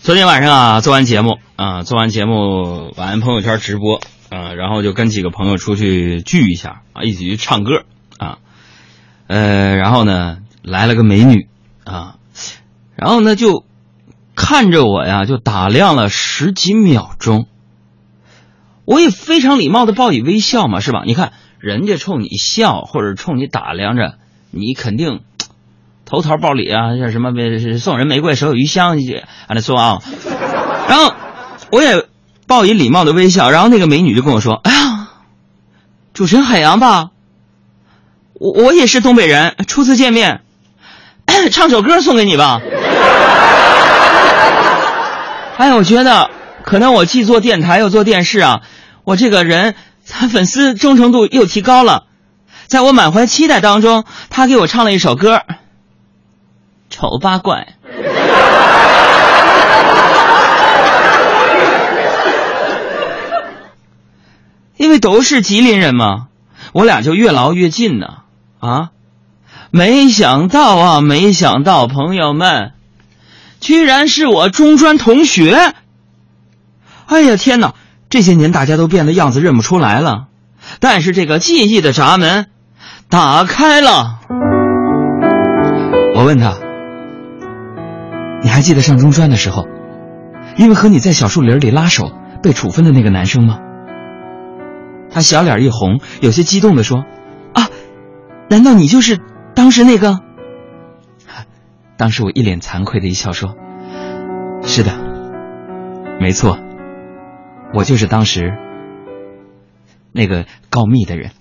昨天晚上啊，做完节目晚安朋友圈直播然后就跟几个朋友出去聚一下啊，一起去唱歌啊，然后呢来了个美女啊，然后呢就看着我呀，就打量了10几秒钟，我也非常礼貌的报以微笑嘛，是吧？你看人家冲你笑或者冲你打量着，你肯定投桃报李啊，像什么送人玫瑰手有余香按那说啊，然后我也报以礼貌的微笑，然后那个美女就跟我说：“哎呀，主持人海洋吧，我也是东北人，初次见面，唱首歌送给你吧。”哎，我觉得可能我既做电台又做电视啊，我这个人粉丝忠诚度又提高了。在我满怀期待当中，他给我唱了一首歌。丑八怪，因为都是吉林人嘛，我俩就越唠越近呢啊！没想到朋友们，居然是我中专同学！哎呀天哪，这些年大家都变得样子认不出来了，但是这个记忆的闸门打开了。我问他，你还记得上中专的时候，因为和你在小树林里拉手被处分的那个男生吗？他小脸一红，有些激动地说：“啊，难道你就是当时那个？”当时我一脸惭愧的一笑说：“是的，没错，我就是当时那个告密的人。”